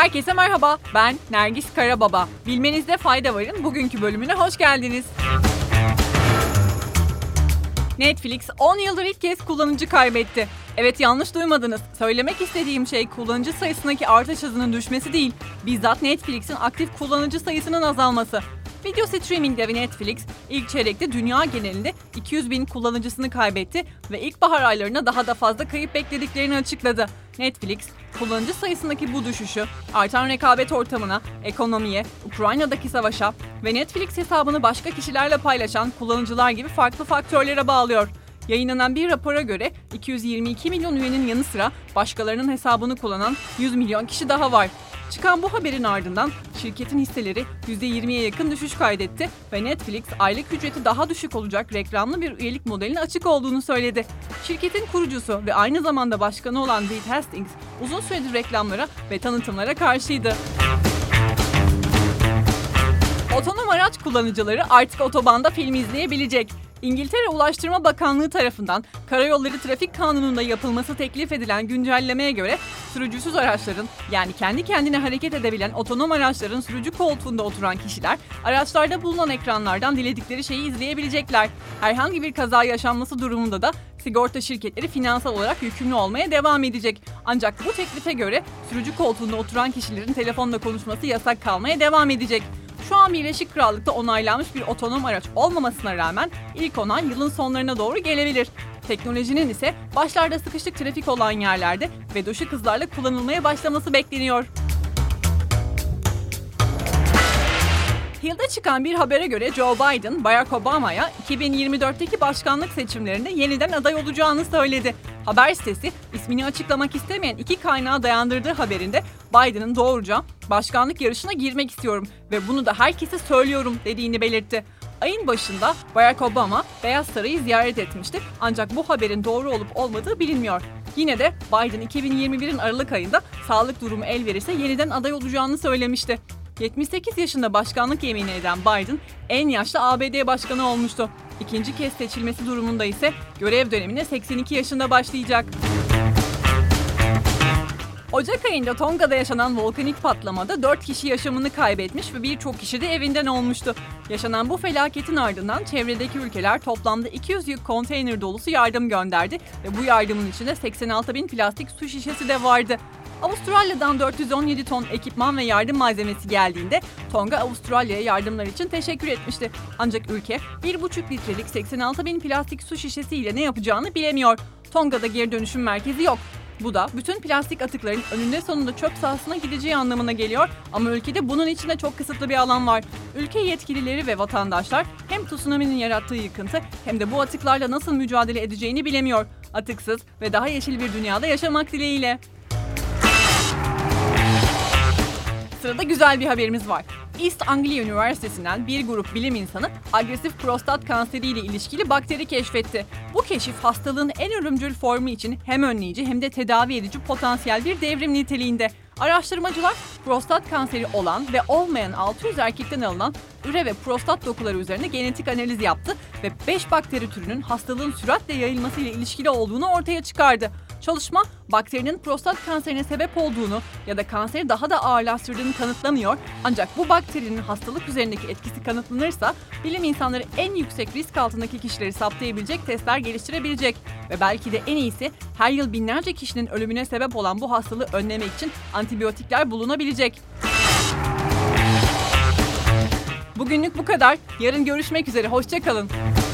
Herkese merhaba, ben Nergis Karababa. Bilmenizde fayda varın bugünkü bölümüne hoş geldiniz. Netflix 10 yıldır ilk kez kullanıcı kaybetti. Evet, yanlış duymadınız. Söylemek istediğim şey kullanıcı sayısındaki artış hızının düşmesi değil, bizzat Netflix'in aktif kullanıcı sayısının azalması. Video streaming devi Netflix, ilk çeyrekte dünya genelinde 200 bin kullanıcısını kaybetti ve ilkbahar aylarına daha da fazla kayıp beklediklerini açıkladı. Netflix, kullanıcı sayısındaki bu düşüşü, artan rekabet ortamına, ekonomiye, Ukrayna'daki savaşa ve Netflix hesabını başka kişilerle paylaşan kullanıcılar gibi farklı faktörlere bağlıyor. Yayınlanan bir rapora göre 222 milyon üyenin yanı sıra başkalarının hesabını kullanan 100 milyon kişi daha var. Çıkan bu haberin ardından şirketin hisseleri %20'ye yakın düşüş kaydetti ve Netflix aylık ücreti daha düşük olacak reklamlı bir üyelik modeline açık olduğunu söyledi. Şirketin kurucusu ve aynı zamanda başkanı olan Reed Hastings uzun süredir reklamlara ve tanıtımlara karşıydı. Otonom araç kullanıcıları artık otobanda film izleyebilecek. İngiltere Ulaştırma Bakanlığı tarafından Karayolları Trafik Kanunu'nda yapılması teklif edilen güncellemeye göre sürücüsüz araçların, yani kendi kendine hareket edebilen otonom araçların sürücü koltuğunda oturan kişiler araçlarda bulunan ekranlardan diledikleri şeyi izleyebilecekler. Herhangi bir kaza yaşanması durumunda da sigorta şirketleri finansal olarak yükümlü olmaya devam edecek. Ancak bu teklife göre sürücü koltuğunda oturan kişilerin telefonla konuşması yasak kalmaya devam edecek. Şu an Birleşik Krallık'ta onaylanmış bir otonom araç olmamasına rağmen ilk onay yılın sonlarına doğru gelebilir. Teknolojinin ise başlarda sıkışık trafik olan yerlerde ve düşük hızlarla kullanılmaya başlaması bekleniyor. Hill'de çıkan bir habere göre Joe Biden, Barack Obama'ya 2024'teki başkanlık seçimlerinde yeniden aday olacağını söyledi. Haber sitesi, ismini açıklamak istemeyen iki kaynağa dayandırdığı haberinde Biden'ın doğruca başkanlık yarışına girmek istiyorum ve bunu da herkese söylüyorum dediğini belirtti. Ayın başında Barack Obama Beyaz Sarayı ziyaret etmişti ancak bu haberin doğru olup olmadığı bilinmiyor. Yine de Biden 2021'in Aralık ayında sağlık durumu el verirse yeniden aday olacağını söylemişti. 78 yaşında başkanlık yemini eden Biden en yaşlı ABD başkanı olmuştu. İkinci kez seçilmesi durumunda ise görev dönemine 82 yaşında başlayacak. Ocak ayında Tonga'da yaşanan volkanik patlamada 4 kişi yaşamını kaybetmiş ve birçok kişi de evinden olmuştu. Yaşanan bu felaketin ardından çevredeki ülkeler toplamda 200 yük konteyner dolusu yardım gönderdi ve bu yardımın içinde 86 bin plastik su şişesi de vardı. Avustralya'dan 417 ton ekipman ve yardım malzemesi geldiğinde Tonga Avustralya'ya yardımlar için teşekkür etmişti. Ancak ülke 1,5 litrelik 86 bin plastik su şişesiyle ne yapacağını bilemiyor. Tonga'da geri dönüşüm merkezi yok. Bu da bütün plastik atıkların önünde sonunda çöp sahasına gideceği anlamına geliyor ama ülkede bunun için de çok kısıtlı bir alan var. Ülke yetkilileri ve vatandaşlar hem tsunami'nin yarattığı yıkıntı hem de bu atıklarla nasıl mücadele edeceğini bilemiyor. Atıksız ve daha yeşil bir dünyada yaşamak dileğiyle. Sırada güzel bir haberimiz var. East Anglia Üniversitesi'nden bir grup bilim insanı agresif prostat kanseriyle ilişkili bakteri keşfetti. Bu keşif hastalığın en ölümcül formu için hem önleyici hem de tedavi edici potansiyel bir devrim niteliğinde. Araştırmacılar prostat kanseri olan ve olmayan 600 erkekten alınan üre ve prostat dokuları üzerine genetik analiz yaptı ve 5 bakteri türünün hastalığın süratle yayılmasıyla ilişkili olduğunu ortaya çıkardı. Çalışma, bakterinin prostat kanserine sebep olduğunu ya da kanseri daha da ağırlaştırdığını kanıtlamıyor. Ancak bu bakterinin hastalık üzerindeki etkisi kanıtlanırsa bilim insanları en yüksek risk altındaki kişileri saptayabilecek testler geliştirebilecek. Ve belki de en iyisi her yıl binlerce kişinin ölümüne sebep olan bu hastalığı önlemek için antibiyotikler bulunabilecek. Bugünlük bu kadar. Yarın görüşmek üzere. Hoşça kalın.